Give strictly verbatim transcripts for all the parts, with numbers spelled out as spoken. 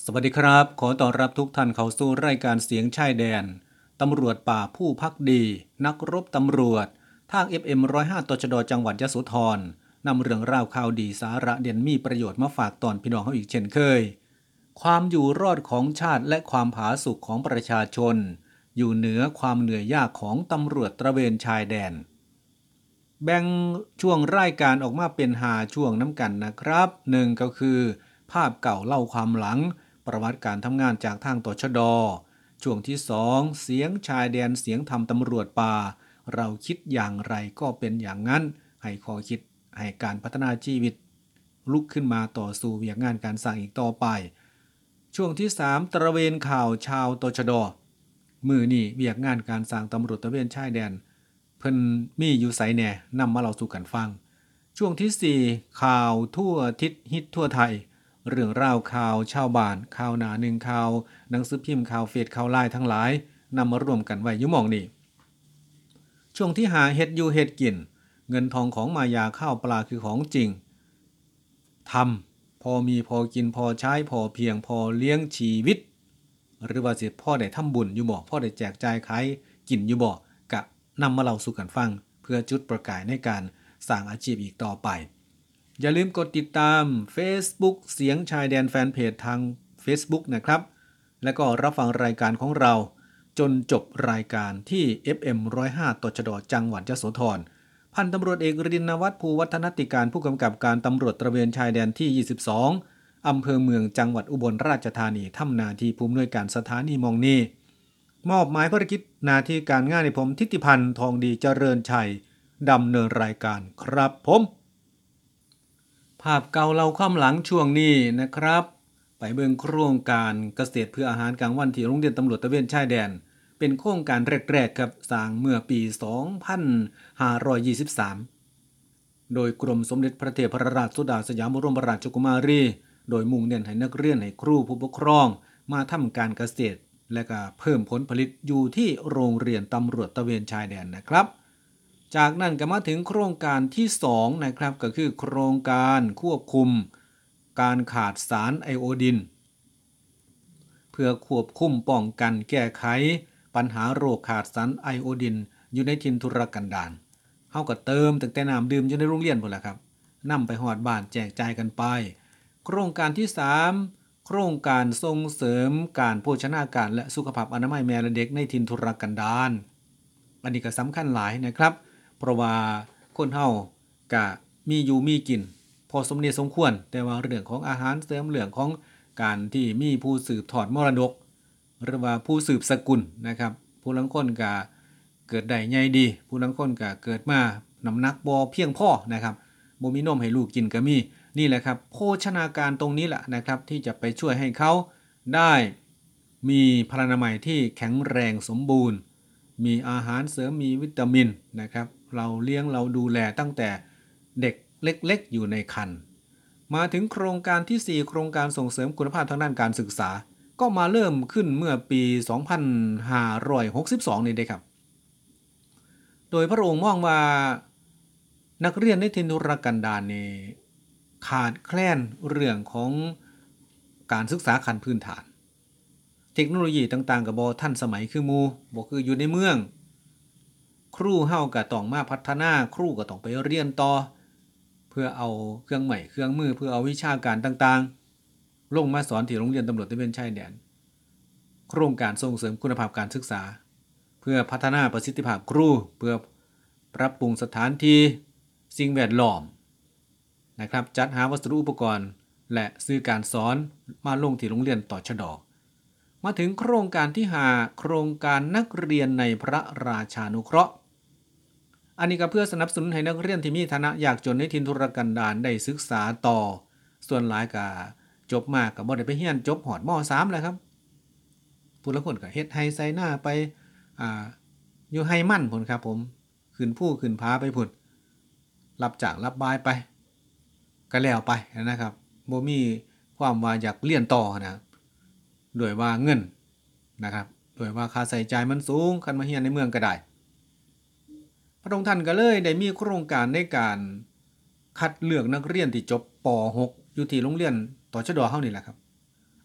สวัสดีครับขอต้อนรับทุกท่านเข้าสู่รายการเสียงชายแดนตำรวจป่าผู้พักดีนักรบตำรวจทาง เอฟ เอ็ม หนึ่งศูนย์ห้า ตชดจังหวัดยโสธรนำเรื่องราวข่าวดีสาระเด่นมีประโยชน์มาฝากตอนพี่น้องเขาอีกเช่นเคยความอยู่รอดของชาติและความผาสุกของประชาชนอยู่เหนือความเหนื่อยยากของตำรวจตระเวนชายแดนแบ่งช่วงรายการออกมาเป็นหาช่วงน้ำกันนะครับหนึ่งก็คือภาพเก่าเล่าความหลังประวัติการทำงานจากทางตชดช่วงที่สองเสียงชายแดนเสียงธรรมตำรวจป่าเราคิดอย่างไรก็เป็นอย่างนั้นให้ข้อคิดให้การพัฒนาชีวิตลุกขึ้นมาต่อสู้เวียกงานการสร้างอีกต่อไปช่วงที่สามตระเวนข่าวชาวตชดมือนี่เวียกงานการสร้างตำรวจตระเวนชายแดนเพิ่นมีอยู่ไสแหน่นำมาเล่าสู่กันฟังช่วงที่สี่ข่าวทั่วทิศฮิตทั่วไทยเรื่องราวข่าวชาวบ้านข่าวหนาหนึ่งข่าวหนังสือพิมพ์ข่าวเฟซข่าวไลน์ทั้งหลายนำมารวมกันไว้อยู่หม้องนี้ช่วงที่หาเฮ็ดอยู่เฮ็ดกินเงินทองของมายาข้าวปลาคือของจริงทำพอมีพอกินพอใช้พอเพียงพอเลี้ยงชีวิตหรือว่าสิพ่อได้ทำบุญอยู่บ่พ่อได้แจกจ่ายขายกินอยู่บ่กะนำมาเล่าสู่กันฟังเพื่อจุดประกายในการสร้างอาชีพอีกต่อไปอย่าลืมกดติดตาม Facebook เสียงชายแดนแฟนเพจทาง Facebook นะครับและก็รับฟังรายการของเราจนจบรายการที่ เอฟ เอ็ม หนึ่งศูนย์ห้า ตชดจังหวัดยโสธรพันตำรวจเอกรินวัฒน์ภูวัฒนติการผู้กำกับการตำรวจตระเวนชายแดนที่ยี่สิบสองอำเภอเมืองจังหวัดอุบลราชธานีทำหน้าที่ผู้อำนวยการสถานีมองนีมอบหมายภารกิจหน้าที่การงานในผมทิติพันธ์ทองดีเจริญชัยดำเนินรายการครับผมภาพเก่าเราความหลังช่วงนี้นะครับไปเบิ่งโครงการเกษตรเพื่ออาหารกลางวันที่โรงเรียนตำรวจตระเวนชายแดนเป็นโครงการแรกๆครับสร้างเมื่อปี สองพันห้าร้อยยี่สิบสาม โดยกรมสมเด็จพระเทพรราชสุดาสยามบรมราชกุมารีโดยมุ่งเน้นให้นักเรียนให้ครูผู้ปกครองมาทำการเกษตรและก็เพิ่มผลผลิตอยู่ที่โรงเรียนตำรวจตระเวนชายแดนนะครับจากนั้นก็มาถึงโครงการที่สองนะครับก็คือโครงการควบคุมการขาดสารไอโอดีนเพื่อควบคุมป้องกันแก้ไขปัญหาโรคขาดสารไอโอดีนอยู่ในถิ่นทุรกันดารเฮาก็เติมตั้งแต่น้ำดื่มอยู่ในโรงเรียนพุ่นล่ะครับนำไปฮอดบ้านแจกจ่ายกันไปโครงการที่สามโครงการส่งเสริมการโภชนาการและสุขภาพอนามัยแม่และเด็กในถิ่นทุรกันดารอันนี้ก็สำคัญหลายนะครับเพราะว่าคนเฮาก็มีอยู่มีกินพอสมเหตุสมควรแต่ว่าเรื่องของอาหารเสริมเรื่องของการที่มีผู้สืบทอดมรดกหรือว่าผู้สืบสกุลนะครับผู้ลางคนก็เกิดได้ใหญ่ดีผู้ลางคนก็เกิดมาน้ำหนักบ่เพียงพอนะครับบ่มีนมให้ลูกกินก็มีนี่แหละครับโภชนาการตรงนี้แหละนะครับที่จะไปช่วยให้เขาได้มีพลานามัยที่แข็งแรงสมบูรณ์มีอาหารเสริมมีวิตามินนะครับเราเลี้ยงเราดูแลตั้งแต่เด็กเล็กๆอยู่ในครรภ์มาถึงโครงการที่สี่โครงการส่งเสริมคุณภาพทางด้านการศึกษาก็มาเริ่มขึ้นเมื่อปี สองพันห้าร้อยหกสิบสอง นี่เด้ครับโดยพระองค์มองว่านักเรียนในถิ่นทุรกันดารนี่ขาดแคลนเรื่องของการศึกษาขั้นพื้นฐานเทคโนโลยีต่างๆก็บ่ทันสมัยคือหมู่บ่คืออยู่ในเมืองครูเฮาก็ต้องมาพัฒนาครูก็ต้องไปเรียนต่อเพื่อเอาเครื่องใหม่เครื่องมือเพื่อเอาวิชาการต่างๆลงมาสอนที่โรงเรียนตำรวจตระเวนชายแดนโครงการส่งเสริมคุณภาพการศึกษาเพื่อพัฒนาประสิทธิภาพครูเพื่อปรับปรุงสถานที่สิ่งแวดล้อมนะครับจัดหาวัสดุอุปกรณ์และซื้อการสอนมาลงที่โรงเรียนตชดมาถึงโครงการที่ห้าโครงการนักเรียนในพระราชานุเคราะห์อันนี้ก็เพื่อสนับสนุนให้นักเรียนที่มีฐานะยากจนในถิ่นทุรกันดารได้ศึกษาต่อส่วนหลายก็จบมาก็บ่ได้ไปเรียนจบฮอดม สาม แล้วครับผู้ลางคนก็เฮ็ดไร่ไสนาไปอ่าอยู่ไร่มันพุ่นครับผมขึ้นภูขึ้นผาไปพุ่นรับจ้างรับบายไปก็แล้วไปนะครับบ่มีความว่าอยากเรียนต่อนะด้วยว่าเงินนะครับด้วยว่าค่าใช้จ่ายมันสูงคันมาเรียนในเมืองก็ได้พระองค์ท่านก็เลยได้มีโครงการในการคัดเลือกนักเรียนที่จบป หก อยู่ที่โรงเรียนตชดเฮานี่แหละครับ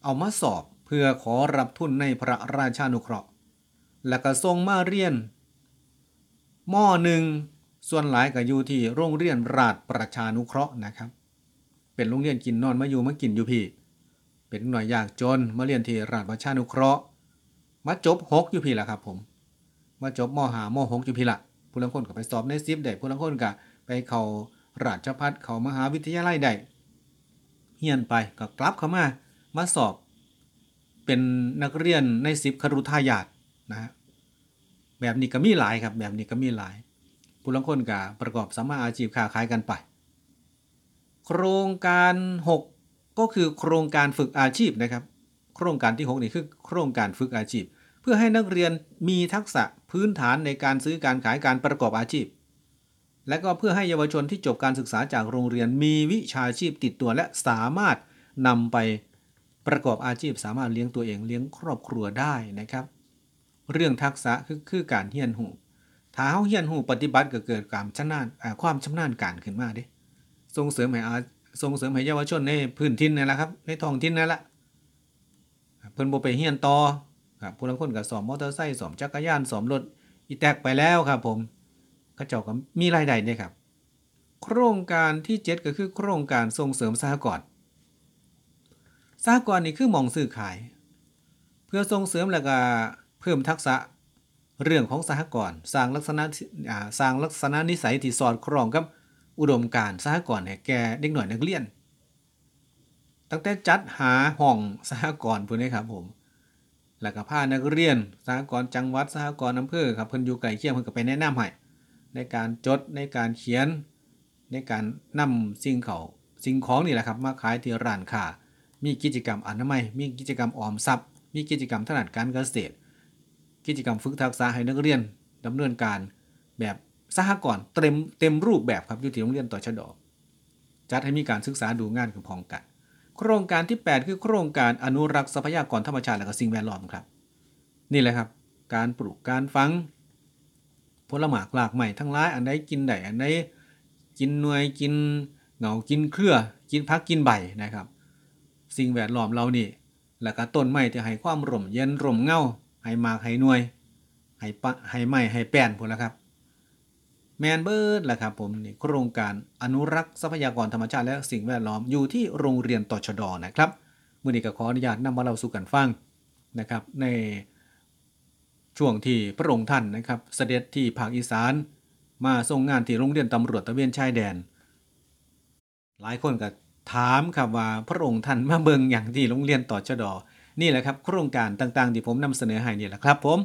เอามาสอบเพื่อขอรับทุนในพระราชานุเคราะห์แล้วก็ส่งมาเรียนมอหนึ่งส่วนหลายก็อยู่ที่โรงเรียนราชประชานุเคราะห์นะครับเป็นโรงเรียนกินนอนมาอยู่มากินอยู่พี่เป็นหน่วยยากจนมาเรียนที่ราชประชานุเคราะห์มาจบหกอยู่พี่ละครับผมมาจบมห้ามหกอยู่พี่ละผู้ลางคนก็ไปสอบในสิบได้ผู้ลางคนก็ไปเข้าราชภัฏเข้ามหาวิทยาลัยได้เฮียนไปก็กลับเข้ามามาสอบเป็นนักเรียนในสิบคฤทายาทนะฮะแบบนี้ก็มีหลายครับแบบนี้ก็มีหลายผู้ลางคนก็ประกอบสัมมาอาชีพค้าขายกันไปโครงการหกก็คือโครงการฝึกอาชีพนะครับโครงการที่หกนี่คือโครงการฝึกอาชีพเพื่อให้นักเรียนมีทักษะพื้นฐานในการซื้อการขายการประกอบอาชีพและก็เพื่อให้เยาวชนที่จบการศึกษาจากโรงเรียนมีวิชาชีพติดตัวและสามารถนำไปประกอบอาชีพสามารถเลี้ยงตัวเองเลี้ยงครอบครัวได้นะครับเรื่องทักษะคือคือการเรียนรู้ถ้าเฮาเรียนรู้ปฏิบัติก็เกิดความชำนาญความชำนาญการขึ้นมาเด้ส่งเสริมให้ส่งเสริมให้เยาวชนในพื้นถิ่นนี่แหละครับในท้องถิ่นนั่นแหละเพิ่นบ่ไปเรียนต่อครับผู้ลางคนก็สอบมอเตอร์ไซค์สอบจักรยานสอบรถอีแตกไปแล้วครับผมเขาเจ้าก็มีรายได้เนี่ยครับโครงการที่เจ็ดก็คือโครงการส่งเสริมสหกรณ์สหกรณ์นี่คือหม่องซื้อขายเพื่อส่งเสริมแล้วก็เพิ่มทักษะเรื่องของสหกรณ์สร้างลักษณะอ่าสร้างลักษณะนิสัยที่สอดคล้องกับอุดมการณ์สหกรณ์ให้แก่เด็กน้อยนักเรียนตั้งแต่จัดหาห้องสหกรณ์พุ่นนี้ครับผมแล้วก็พานักเรียนสหกรณ์จังหวัดสหกรณ์อำเภอครับเพิ่นอยู่ใกล้เคียงเพิ่นก็ไปแนะนำให้ในการจดในการเขียนในการนำสิ่งเขาสิ่งของนี่แหละครับมาขายที่ร้านค้ามีกิจกรรมอนามัยมีกิจกรรมออมทรัพย์มีกิจกรรมทางด้านการเกษตรกิจกรรมฝึกทักษะให้นักเรียนดำเนินการแบบสหกรณ์เต็มเต็มรูปแบบครับอยู่ที่โรงเรียนตชด.จัดให้มีการศึกษาดูงานกับพ้องกันโครงการที่แปดคือโครงการอนุรักษ์ทรัพยากรธรรมชาติและก็สิ่งแวดล้อมครับนี่แหละครับการปลูกการฝังผลหมากหลากใหม่ทั้งหลายอันใดกินได้อันใดกินหน่วยกินเหงากินเครือกินพักกินใบนะครับสิ่งแวดล้อมเรานี่แล้วก็ต้นไม้ที่ให้ความร่มเย็นร่มเงาให้หมากให้หน่วยให้ปะให้ไม้ให้แป้นพุ่นละครับแมนเบิร์ดล่ะครับผมนี่โครงการอนุรักษ์ทรัพยากรธรรมชาติและสิ่งแวดล้อมอยู่ที่โรงเรียนตชด.นะครับมื้อนี้ก็ขออนุญาตนำมาเล่าสู่กันฟังนะครับในช่วงที่พระองค์ท่านนะครับเสด็จที่ภาคอีสานมาทรงงานที่โรงเรียนตำรวจตระเวนชายแดนหลายคนก็ถามครับว่าพระองค์ท่านมาเบิ่งอย่างที่โรงเรียนตชด.นี่แหละครับโครงการต่างๆที่ผมนำเสนอให้นี่แหละครับผม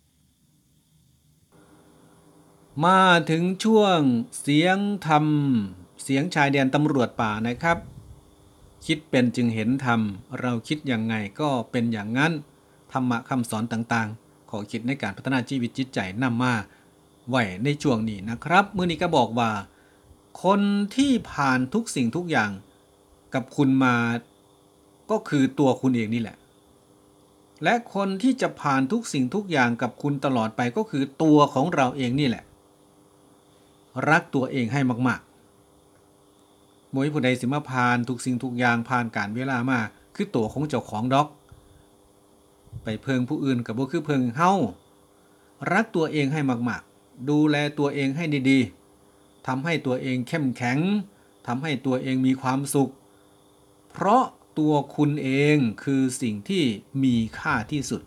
มาถึงช่วงเสียงธรรมเสียงชายแดนตำรวจป่านะครับคิดเป็นจึงเห็นธรรมเราคิดอย่างไงก็เป็นอย่างนั้นธรรมะคำสอนต่างๆขอคิดในการพัฒนาชีวิตจิตใจนำมาไว้ในช่วงนี้นะครับมื้อนี้ก็บอกว่าคนที่ผ่านทุกสิ่งทุกอย่างกับคุณมาก็คือตัวคุณเองนี่แหละและคนที่จะผ่านทุกสิ่งทุกอย่างกับคุณตลอดไปก็คือตัวของเราเองนี่แหละรักตัวเองให้มากๆบ่มีผู้ใดสิมาผ่านทุกสิ่งทุกอย่างผ่านการเวลามาคือตัวของเจ้าของดอกไปเพิงผู้อื่นก็บ่คือเพิงเฮารักตัวเองให้มากๆดูแลตัวเองให้ดีๆทำให้ตัวเองเข้มแข็งทำให้ตัวเองมีความสุขเพราะตัวคุณเองคือสิ่งที่มีค่าที่สุด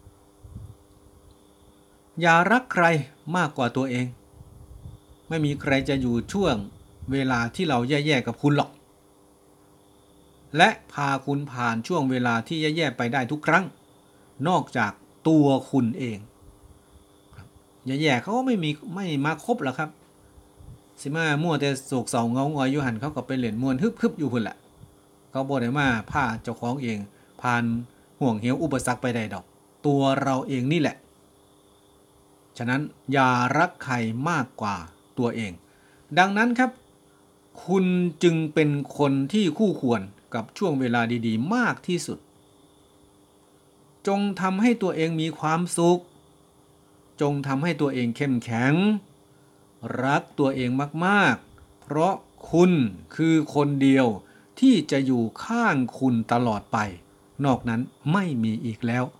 อย่ารักใครมากกว่าตัวเองไม่มีใครจะอยู่ช่วงเวลาที่เราแย่ๆกับคุณหรอกและพาคุณผ่านช่วงเวลาที่แย่ๆไปได้ทุกครั้งนอกจากตัวคุณเองแย่ๆเขาก็ไม่มีไม่มาครบหรอกครับสิมามั่วแต่โศกเศร้าเงาหงอยอยู่หันเขาก็ไปเล่นมวนฮึบๆอยู่พุ่นแหละเขาบ่ได้มาพาเจ้าของเองผ่านห่วงเหวอุปสรรคไปได้ดอกตัวเราเองนี่แหละฉะนั้นอย่ารักใครมากกว่าตัวเองดังนั้นครับคุณจึงเป็นคนที่คู่ควรกับช่วงเวลาดีๆมากที่สุดจงทำให้ตัวเองมีความสุขจงทำให้ตัวเองเข้มแข็งรักตัวเองมากๆเพราะคุณคือคนเดียวที่จะอยู่ข้างคุณตลอดไปนอกนั้นไม่มีอีกแล้ว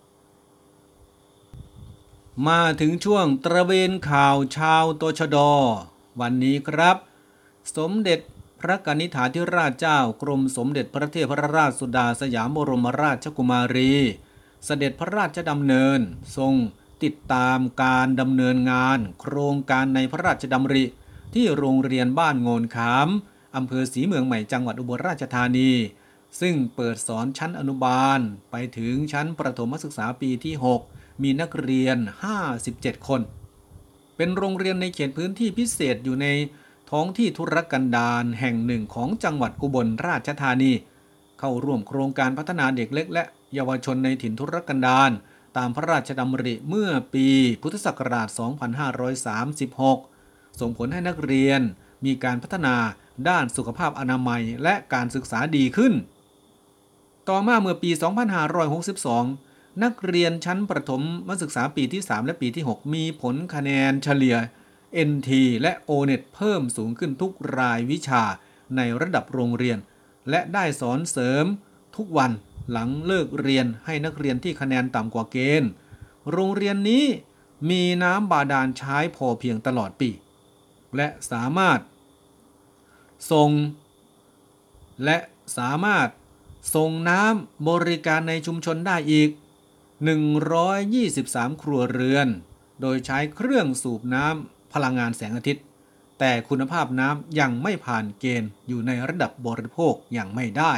มาถึงช่วงตระเวนข่าวชาวตชดวันนี้ครับสมเด็จพระกนิษฐาธิราชเจ้ากรมสมเด็จพระเทพราชสุดาสยามบรมราชกุมารีเสด็จพระราชดำเนินทรงติดตามการดำเนินงานโครงการในพระราชดำริที่โรงเรียนบ้านโงนขามอำเภอศรีเมืองใหม่จังหวัดอุบลราชธานีซึ่งเปิดสอนชั้นอนุบาลไปถึงชั้นประถมศึกษาปีที่หกมีนักเรียนห้าสิบเจ็ดคนเป็นโรงเรียนในเขตพื้นที่พิเศษอยู่ในท้องที่ธุรกันดารแห่งหนึ่งของจังหวัดอุบลราชธานีเข้าร่วมโครงการพัฒนาเด็กเล็กและเยาวชนในถิ่นธุรกันดารตามพระราชดำริเมื่อปีพุทธศักราช สองพันห้าร้อยสามสิบหก ส่งผลให้นักเรียนมีการพัฒนาด้านสุขภาพอนามัยและการศึกษาดีขึ้นต่อมาเมื่อปี สองพันห้าร้อยหกสิบสอง นักเรียนชั้นประถมศึกษาปีที่ สาม และปีที่ หก มีผลคะแนนเฉลี่ย เอ็น ที และ โอ เน็ต เพิ่มสูงขึ้นทุกรายวิชาในระดับโรงเรียนและได้สอนเสริมทุกวันหลังเลิกเรียนให้นักเรียนที่คะแนนต่ำกว่าเกณฑ์โรงเรียนนี้มีน้ำบาดาลใช้พอเพียงตลอดปีและสามารถส่งและสามารถส่งน้ำบริการในชุมชนได้อีกหนึ่งร้อยยี่สิบสามครัวเรือนโดยใช้เครื่องสูบน้ำพลังงานแสงอาทิตย์แต่คุณภาพน้ำยังไม่ผ่านเกณฑ์อยู่ในระดับบริโภคอย่างไม่ได้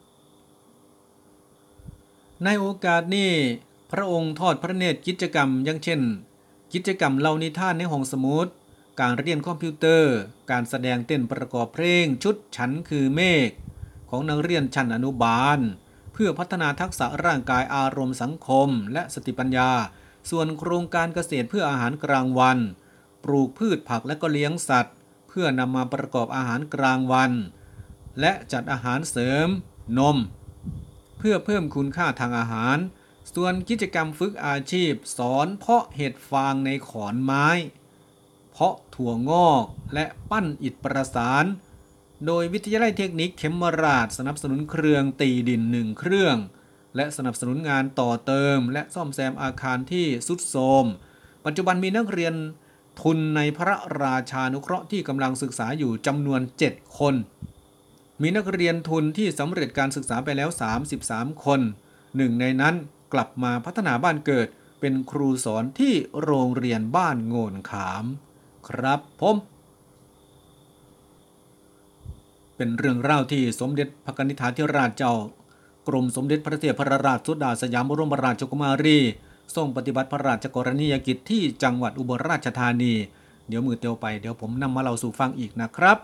ในโอกาสนี้พระองค์ทอดพระเนตรกิจกรรมอย่างเช่นกิจกรรมเล่านิทานในห้องสมุดการเรียนคอมพิวเตอร์การแสดงเต้นประกอบเพลงชุดฉันคือเมฆของนักเรียนชั้นอนุบาลเพื่อพัฒนาทักษะร่างกายอารมณ์สังคมและสติปัญญาส่วนโครงการเกษตรเพื่ออาหารกลางวันปลูกพืชผักและก็เลี้ยงสัตว์เพื่อนำมาประกอบอาหารกลางวันและจัดอาหารเสริมนมเพื่อเพิ่มคุณค่าทางอาหารส่วนกิจกรรมฝึกอาชีพสอนเพาะเห็ดฟางในขอนไม้เพาะถั่วงอกและปั้นอิฐประสานโดยวิทยาลัยเทคนิคเขมราชสนับสนุนเครื่องตีดินหนึ่งเครื่องและสนับสนุนงานต่อเติมและซ่อมแซมอาคารที่ทรุดโทรมปัจจุบันมีนักเรียนทุนในพระราชานุเคราะห์ที่กำลังศึกษาอยู่จำนวนเจ็ดคนมีนักเรียนทุนที่สำเร็จการศึกษาไปแล้วสามสิบสามคนหนึ่งในนั้นกลับมาพัฒนาบ้านเกิดเป็นครูสอนที่โรงเรียนบ้านโงนขามครับผมเป็นเรื่องเล่าที่สมเด็จพระกนิษฐาธิราชเจ้ากรมสมเด็จพระเทพราชสุดาสยามบรมราชกุมารีทรงปฏิบัติพระราชกรณียกิจที่จังหวัดอุบลราชธานีเดี๋ยวมือเตียวไปเดี๋ยวผมนำมาเล่าสู่ฟังอีกนะครับ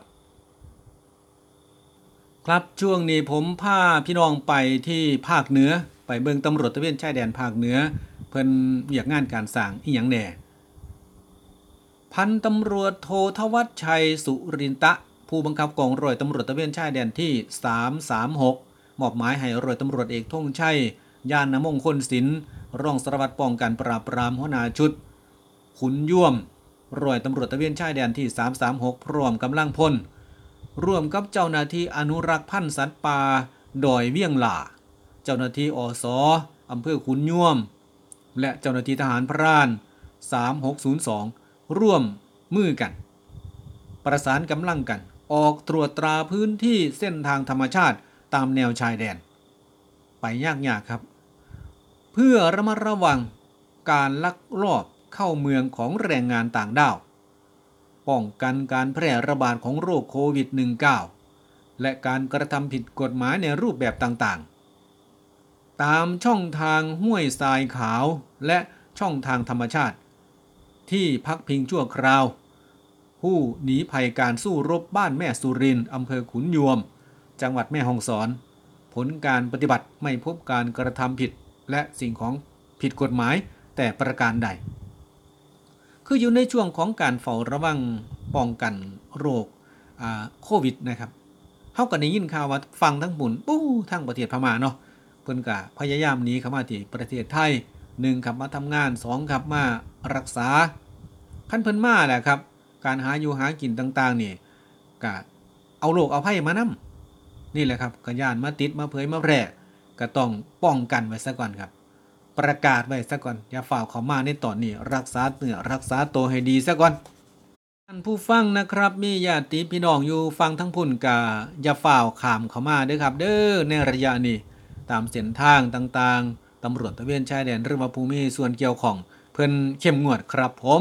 ครับช่วงนี้ผมพาพี่น้องไปที่ภาคเหนือไปเบิ่งตำรวจตระเวนชายแดนภาคเหนือเพิ่นเรียกงานการสร้างอีหยังแหน่พันตำรวจโททวัชชัยสุรินตะผู้บังคับกองร้อยตำรวจตระเวนชายแดนที่สามสามหกมอบหมายให้ร้อยตำรวจเอกธงชัยญาณมงคลศิลป์รองสารวัตรป้องกันปราบปรามหัวหน้าชุดขุนย่วมร้อยตำรวจตระเวนชายแดนที่สามสามหกพร้อมกำลังพลร่วมกับเจ้าหน้าที่อนุรักษ์พันธุ์สัตว์ป่าดอยเวียงหล่าเจ้าหน้าที่อส.อำเภอขุนย่วมและเจ้าหน้าที่ทหารพรานสามหกศูนย์สองร่วมมือกันประสานกำลังกันออกตรวจตราพื้นที่เส้นทางธรรมชาติตามแนวชายแดนไปยากๆครับเพื่อระมัดระวังการลักลอบเข้าเมืองของแรงงานต่างด้าวป้องกันการแพร่ระบาดของโรคโควิด สิบเก้า และการกระทำผิดกฎหมายในรูปแบบต่างๆตามช่องทางห้วยทรายขาวและช่องทางธรรมชาติที่พักพิงชั่วคราวผู้หนีภัยการสู้รบบ้านแม่สุรินทร์อำเภอขุนยวมจังหวัดแม่ฮ่องสอนผลการปฏิบัติไม่พบการกระทำผิดและสิ่งของผิดกฎหมายแต่ประการใดคืออยู่ในช่วงของการเฝ้าระวังป้องกันโรคโควิดนะครับเฮาก็ได้ยินข่าวว่าฟังทั้งหมุนปู้ทั้งประเทศพม่าเนาะเพิ่นก็พยายามหนีเข้ามาที่ประเทศไทยหนึ่งครับมาทำงานสองครับมารักษาคันเพิ่นมาแหละครับการหาอยู่หากินต่างๆนี่ก็เอาโรคเอาภัยมานำนี่แหละครับก็ย่านมาติดมาเผยมาแพร่ก็ต้องป้องกันไว้ซะก่อนครับประกาศไว้ซะก่อนอย่าฝ่าเข้ามาในตอนนี้รักษาเนื้อรักษาตัวให้ดีซะก่อนท่านผู้ฟังนะครับมีญาติพี่น้องอยู่ฟังทั้งพุ่นกะอย่าฝ่าข้ามเข้ามาเด้อครับเด้อในระยะนี้ตามเส้นทางต่างๆตำรวจตระเวนชายแดนหรือว่าผู้มีส่วนเกี่ยวข้องเพิ่นเข้มงวดครับผม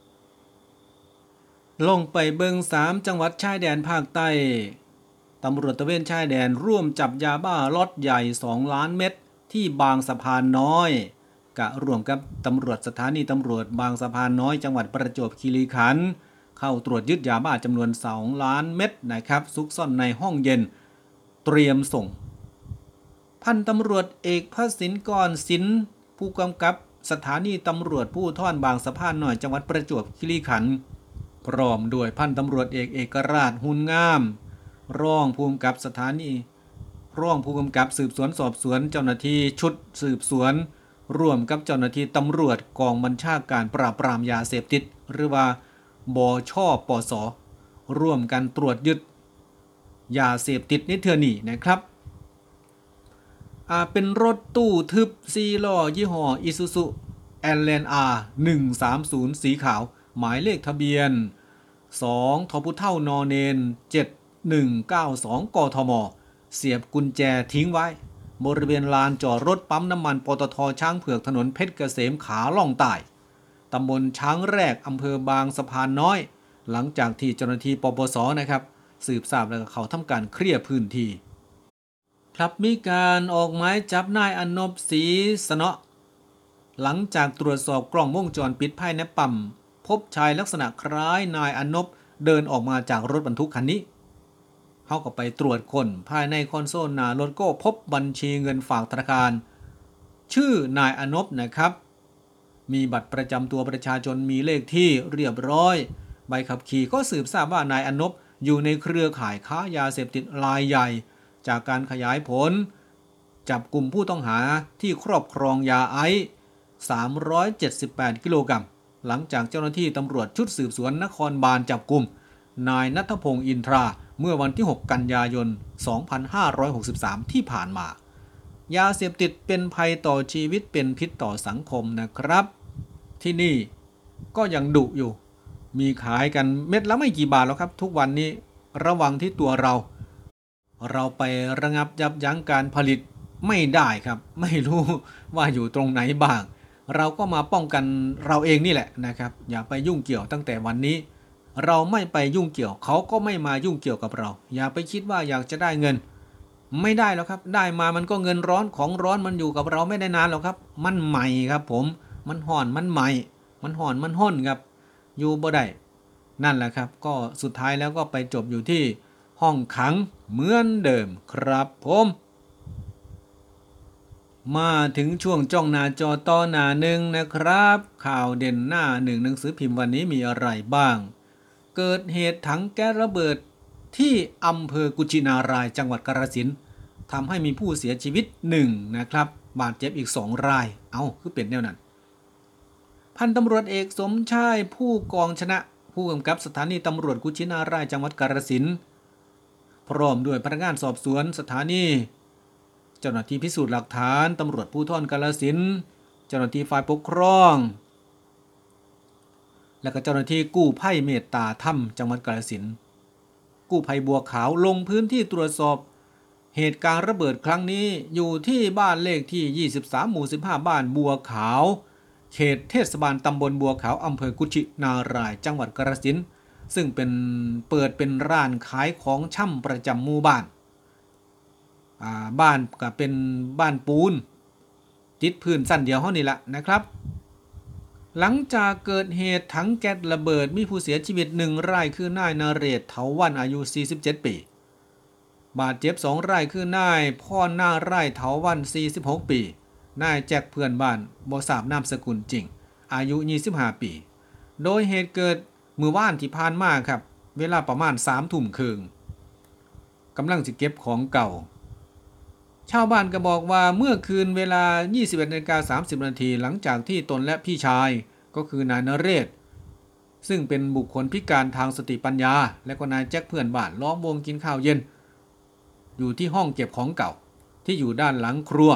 ลงไปเบิงสามจังหวัดชายแดนภาคใต้ตำรวจตระเวนชายแดนร่วมจับยาบ้าล็อตใหญ่สองล้านเม็ดที่บางสะพานน้อยกะร่วมกับตำรวจสถานีตำรวจบางสะพานน้อยจังหวัดประจวบคีรีขันธ์เข้าตรวจยึดยาบ้าจำนวนสองล้านเม็ดนะครับซุกซ่อนในห้องเย็นเตรียมส่งพันตำรวจเอกพสินกรศิลป์ผู้กำกับสถานีตำรวจผู้ท่อนบางสะพานน้อยจังหวัดประจวบคีรีขันธ์พร้อมด้วยพันตำรวจเอกเอกราชหุ่นงามรองผู้กำกับสถานีรองผู้กำกับสืบสวนสอบสวนเจ้าหน้าที่ชุดสืบสวนร่วมกับเจ้าหน้าที่ตำรวจกองบัญชาการปราบปรามยาเสพติดหรือว่าบชปสร่วมกันตรวจยึดยาเสพติดในเทื่อนี้นะครับอ่าเป็นรถตู้ทึบสี่ล้อยี่ห้อ Isuzu Outlander หนึ่งสามศูนย์สีขาวหมายเลขทะเบียนสองทพุเท่านอเนนเจ็ดหนึ่งเก้าสองกทมเสียบกุญแจทิ้งไว้บริเวณลานจอดรถปั๊มน้ำมันปตท.ช้างเผือกถนนเพชรเกษมขาล่องใต้ตำบลช้างแรกอำเภอบางสะพานน้อยหลังจากที่เจ้าหน้าที่ปปส.นะครับสืบทราบแล้วก็เขาทำการเคลียร์พื้นที่ครับมีการออกหมายจับนายอนบศรีสนอหลังจากตรวจสอบกล้องวงจรปิดภายในปั๊มพบชายลักษณะคล้ายนายอนบเดินออกมาจากรถบรรทุกคันนี้เขาก็ไปตรวจคนภายในคอนโซลหน้ารถก็พบบัญชีเงินฝากธนาคารชื่อนายอนบนะครับมีบัตรประจำตัวประชาชนมีเลขที่เรียบร้อยใบขับขี่ก็สืบทราบว่านายอนบอยู่ในเครือข่ายค้ายาเสพติดรายใหญ่จากการขยายผลจับกลุ่มผู้ต้องหาที่ครอบครองยาไอซ์สามร้อยเจ็ดสิบแปดกิโลกรัมหลังจากเจ้าหน้าที่ตำรวจชุดสืบสวนนครบาลจับกลุ่มนายณัฐพงษ์อินทราเมื่อวันที่หกกันยายนสองพันห้าร้อยหกสิบสามที่ผ่านมายาเสพติดเป็นภัยต่อชีวิตเป็นพิษต่อสังคมนะครับที่นี่ก็ยังดุอยู่มีขายกันเม็ดละไม่กี่บาทแล้วครับทุกวันนี้ระวังที่ตัวเราเราไประงับยับยั้งการผลิตไม่ได้ครับไม่รู้ว่าอยู่ตรงไหนบ้างเราก็มาป้องกันเราเองนี่แหละนะครับอย่าไปยุ่งเกี่ยวตั้งแต่วันนี้เราไม่ไปยุ่งเกี่ยวเขาก็ไม่มายุ่งเกี่ยวกับเราอย่าไปคิดว่าอยากจะได้เงินไม่ได้แล้วครับได้มามันก็เงินร้อนของร้อนมันอยู่กับเราไม่ได้นานหรอกครับมันใหม่ครับผมมันห่อนมันใหม่มันห่อนมันห้นครับอยู่บ่ได้นั่นแหละครับก็สุดท้ายแล้วก็ไปจบอยู่ที่ห้องขังเหมือนเดิมครับผมมาถึงช่วงจ้องหน้าจอต่อหน้าหนึ่งนะครับข่าวเด่นหน้าหนึ่งหนังสือพิมพ์วันนี้มีอะไรบ้างเกิดเหตุถังแก๊สระเบิดที่อำเภอกุชินารายจังหวัดกาฬสินธุ์ทำให้มีผู้เสียชีวิตหนึ่งนะครับบาดเจ็บอีกสองรายเอ้าคือเป็นแนวนั้นพันตำรวจเอกสมชายผู้กองชนะผู้กำกับสถานีตำรวจกุชินารายจังหวัดกาฬสินธุ์พร้อมด้วยพนักงานสอบสวนสถานีเจ้าหน้าที่พิสูจน์หลักฐานตำรวจภูธรกาฬสินธุ์เจ้าหน้าที่ฝ่ายปกครองและก็เจ้าหน้าที่กู้ภัยเมตตาธรรมจังหวัดกาฬสินธุ์กู้ภัยบัวขาวลงพื้นที่ตรวจสอบเหตุการณ์ระเบิดครั้งนี้อยู่ที่บ้านเลขที่ยี่สิบสามหมู่สิบห้าบ้านบัวขาวเขตเทศบาลตำบลบัวขาวอำเภอกุชินารายจังหวัดกาฬสินธุ์ซึ่งเป็นเปิดเป็นร้านขายของช่ำประจำหมู่บ้านบ้านก็เป็นบ้านปูนติดพื้นสั้นเดียวเท่านี้แหละนะครับหลังจากเกิดเหตุถังแก๊สระเบิดมีผู้เสียชีวิตหนึ่งรายคือนายนเรศเถาวันอายุสี่สิบเจ็ดปีบาดเจ็บสองรายคือนายพ่อหน้าไร่เถาวันสี่สิบหกปีนายแจ็คเพื่อนบ้านบ่ทราบนามสกุลจริงอายุยี่สิบห้าปีโดยเหตุเกิดมื้อวานที่ผ่านมาครับเวลาประมาณสามทุ่มครึ่งกำลังจะเก็บของเก่าชาวบ้านก็บอกว่าเมื่อคืนเวลา ยี่สิบเอ็ดนาฬิกาสามสิบนาทีหลังจากที่ตนและพี่ชายก็คือนายนเรศซึ่งเป็นบุคคลพิการทางสติปัญญาและก็นายแจ็คเพื่อนบ้านล้อมวงกินข้าวเย็นอยู่ที่ห้องเก็บของเก่าที่อยู่ด้านหลังครัว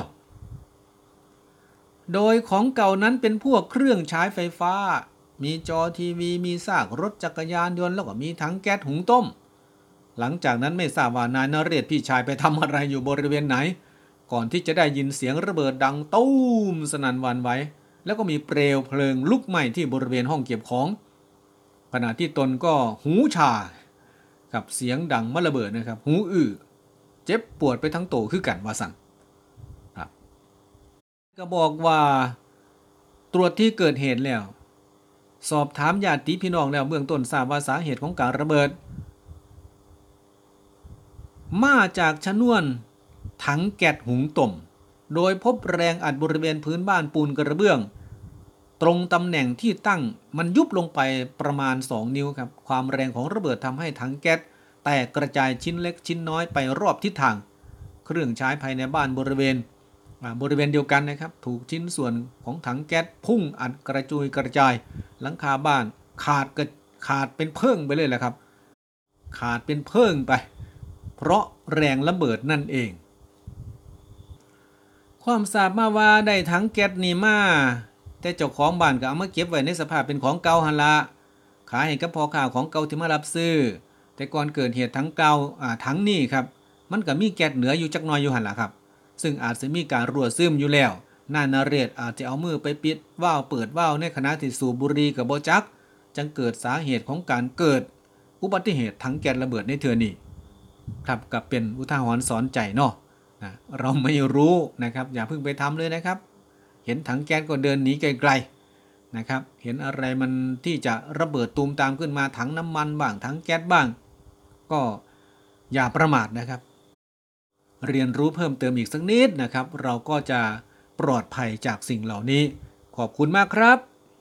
โดยของเก่านั้นเป็นพวกเครื่องใช้ไฟฟ้ามีจอทีวีมีซากรถจักรยานยนต์แล้วก็มีถังแก๊สหุงต้มหลังจากนั้นไม่ทราบว่านายนเรศพี่ชายไปทำอะไรอยู่บริเวณไหนก่อนที่จะได้ยินเสียงระเบิดดังตู้มสนั่นหวั่นไหวแล้วก็มีเปลวเพลิงลุกไหม้ที่บริเวณห้องเก็บของขณะที่ตนก็หูชากับเสียงดังมะระเบิดนะครับหูอื้อเจ็บปวดไปทั้งโตคือกันว่าสั่นครับก็บอกว่าตรวจที่เกิดเหตุแล้วสอบถามญาติพี่น้องแล้วเบื้องต้นทราบว่าสาเหตุของการระเบิดมาจากชนวนถังแก๊สหุงต้มโดยพบแรงอัดบริเวณพื้นบ้านปูนกระเบื้องตรงตำแหน่งที่ตั้งมันยุบลงไปประมาณสองนิ้วครับความแรงของระเบิดทำให้ถังแก๊สแตกกระจายชิ้นเล็กชิ้นน้อยไปรอบทิศทางเครื่องใช้ภายในบ้านบริเวณบริเวณเดียวกันนะครับถูกชิ้นส่วนของถังแก๊สพุ่งอัดกระจุยกระจายหลังคาบ้านขาดกระขาดเป็นเพิ่งไปเลยแหละครับขาดเป็นเพิ่งไปเพราะแรงระเบิดนั่นเองความทราบมาว่าได้ถังแก๊สนี่มาแต่เจ้าของบ้านก็เอามาเก็บไว้ในสภาพเป็นของเก่าหันละขายให้กับพ่อค้าของเก่าที่มารับซื้อแต่ก่อนเกิดเหตุถังเก่าอ่าถังนี่ครับมันก็มีแก๊สเหลืออยู่จักหน่อยอยู่หันละครับซึ่งอาจจะมีการรั่วซึมอยู่แล้วนายนเรศอาจจะเอามือไปปิดว่าวเปิดว่าวในขณะที่สูบบุหรี่กับบ่จักจึงเกิดสาเหตุของการเกิดอุบัติเหตุถังแก๊สระเบิดในเทื่อนี้ครับกับเป็นอุทาหรณ์สอนใจเนาะนะเราไม่รู้นะครับอย่าเพิ่งไปทำเลยนะครับเห็นถังแก๊สก็เดินหนีไกลๆนะครับเห็นอะไรมันที่จะระเบิดตูมตามขึ้นมาถังน้ำมันบ้างถังแก๊สบ้างก็อย่าประมาทนะครับเรียนรู้เพิ่มเติมอีกสักนิดนะครับเราก็จะปลอดภัยจากสิ่งเหล่านี้ขอบคุณมากครับ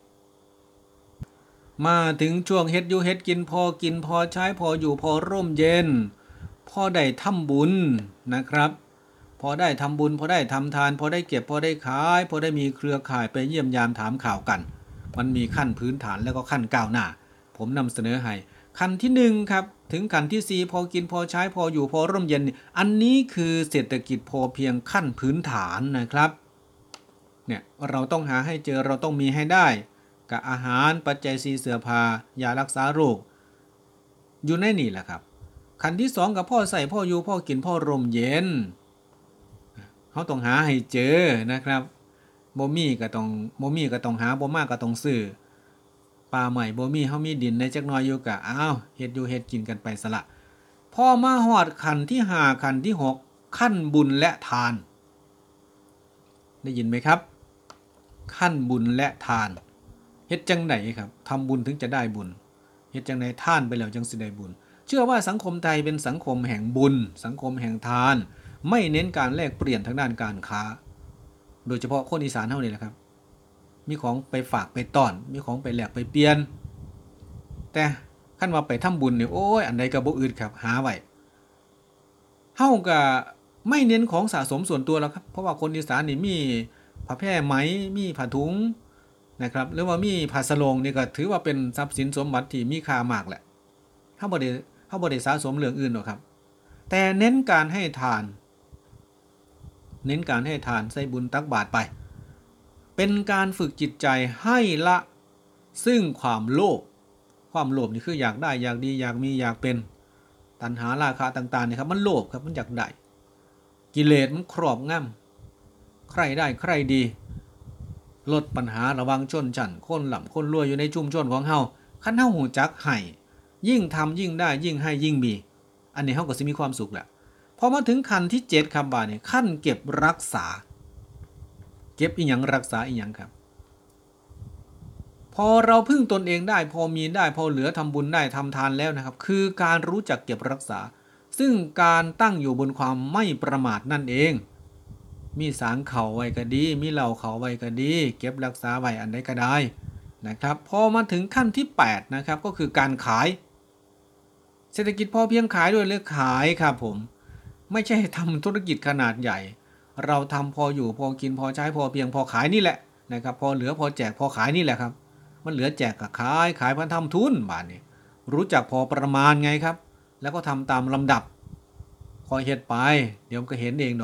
มาถึงช่วงเฮ็ดอยู่เฮ็ดกินพอกินพอใช้พออยู่พอร่มเย็นพอได้ทำบุญนะครับพอได้ทำบุญพอได้ทำทานพอได้เก็บพอได้ขายพอได้มีเครือข่ายไปเยี่ยมยามถามข่าวกันมันมีขั้นพื้นฐานแล้วก็ขั้นก้าวหน้าผมนำเสนอให้ขั้นที่หนึ่งครับถึงขั้นที่สี่พอกินพอใช้พออยู่พอร่มเย็นอันนี้คือเศรษฐกิจพอเพียงขั้นพื้นฐานนะครับเนี่ยเราต้องหาให้เจอเราต้องมีให้ได้กับอาหารปัจจัยสี่เสื้อผ้ายารักษาโรคอยู่ในนี่แหละครับขั้นที่สองกับพ่อใส่พ่ออยู่พ่อกินพ่อร่มเย็นเขาต้องหาให้เจอนะครับบ่มีก็ต้องบ่มีก็ต้องหาบ่มากก็ต้องซื้อป่าใหม่บ่มีเฮามีดินในจักหน่อยอยู่ก็อ้าวเฮ็ดอยู่เฮ็ดกินกันไปซะละพอมาฮอดขั้นที่ห้าขั้นที่หกขั้นบุญและทานได้ยินไหมครับขั้นบุญและทานเฮ็ดจังไดครับทำบุญถึงจะได้บุญเฮ็ดจังไดทานไปแล้วจังสิได้บุญเชื่อว่าสังคมไทยเป็นสังคมแห่งบุญสังคมแห่งทานไม่เน้นการแลกเปลี่ยนทางด้านการค้าโดยเฉพาะคนอีสานเท่านี้แหละครับมีของไปฝากไปต้อนมีของไปแลกไปเปลี่ยนแต่ขั้นว่าไปทำบุญเนี่ยโอ้ยอันใดก็บ่อึดครับหาไว้เฮาก็ไม่เน้นของสะสมส่วนตัวแล้วครับเพราะว่าคนอีสานนี่มีผ้าแพร่ไหมมีผ้าถุงนะครับหรือว่ามีผ้าสะโลงนี่ก็ถือว่าเป็นทรัพย์สินสมบัติที่มีค่ามากแหละเฮาบ่ได้เฮาบ่ได้สะสมเรื่องอื่นหรอกครับแต่เน้นการให้ทานเน้นการให้ทานใส่บุญตักบาตรไปเป็นการฝึกจิตใจให้ละซึ่งความโลภความโลภนี่คืออยากได้อยากดีอยากมีอยากเป็นตัณหาราคะต่างๆเนี่ยครับมันโลภครับมันอยากได้กิเลสมันครอบงำใครได้ใครดีลดปัญหาระวังชนชั้นคนหล่ำคนรวยอยู่ในชุมชนของเฮาคันเฮาหูจักให้ยิ่งทำยิ่งได้ยิ่งให้ยิ่งมีอันนี้เฮาก็สิมีความสุขแหละพอมาถึงขั้นที่เจ็ดครับบาดนี้ขั้นเก็บรักษาเก็บอีหยังรักษาอีหยังครับพอเราพึ่งตนเองได้พอมีได้พอเหลือทำบุญได้ทำทานแล้วนะครับคือการรู้จักเก็บรักษาซึ่งการตั้งอยู่บนความไม่ประมาทนั่นเองมีสางเขาไว้ก็ดีมีเหล่าเขาไว้ก็ดีเก็บรักษาไว้อันใดก็ได้นะครับพอมาถึงขั้นที่แปดนะครับก็คือการขายเศรษฐกิจพอเพียงขายด้วยเลือกขายครับผมไม่ใช่ทำธุรกิจขนาดใหญ่เราทำพออยู่พอกินพอใช้พอเพียงพอขายนี่แหละนะครับพอเหลือพอแจกพอขายนี่แหละครับมันเหลือแจกกับขายขายพันทำทุนบาทนี้รู้จักพอประมาณไงครับแล้วก็ทำตามลำดับคอยเฮ็ดไปเดี๋ยวก็เห็นเองดอก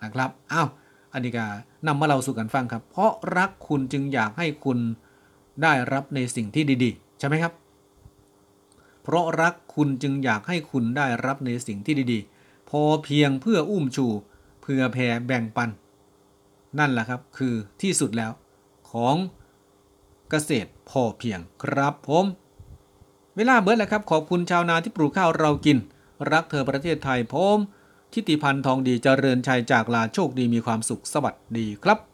นะครับอ้าวอันนี้ก็นำมาเล่าสู่กันฟังครับเพราะรักคุณจึงอยากให้คุณได้รับในสิ่งที่ดีๆใช่ไหมครับเพราะรักคุณจึงอยากให้คุณได้รับในสิ่งที่ดีๆพอเพียงเพื่ออุ้มชูเพื่อแผ่แบ่งปันนั่นแหละครับคือที่สุดแล้วของเกษตรพอเพียงครับผมเวลาเบิดแล้วครับขอบคุณชาวนาที่ปลูกข้าวเรากินรักเธอประเทศไทยผมทิติพันธ์ทองดีเจริญชัยจากลาโชคดีมีความสุขสวัสดีครับ